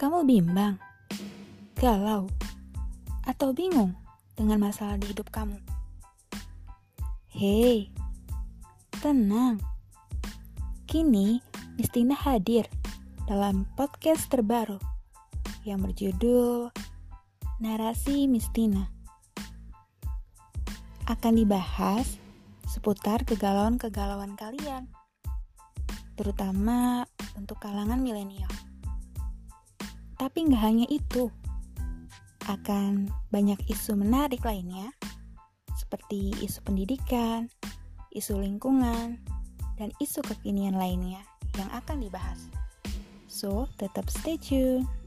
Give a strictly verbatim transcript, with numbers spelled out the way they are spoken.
Kamu bimbang, galau, atau bingung dengan masalah di hidup kamu? Hei, tenang. Kini Mistina hadir dalam podcast terbaru yang berjudul Narasi Mistina. Akan dibahas seputar kegalauan-kegalauan kalian, terutama untuk kalangan milenial. Tapi nggak hanya itu, akan banyak isu menarik lainnya, seperti isu pendidikan, isu lingkungan, dan isu kekinian lainnya yang akan dibahas. So, tetap stay tune.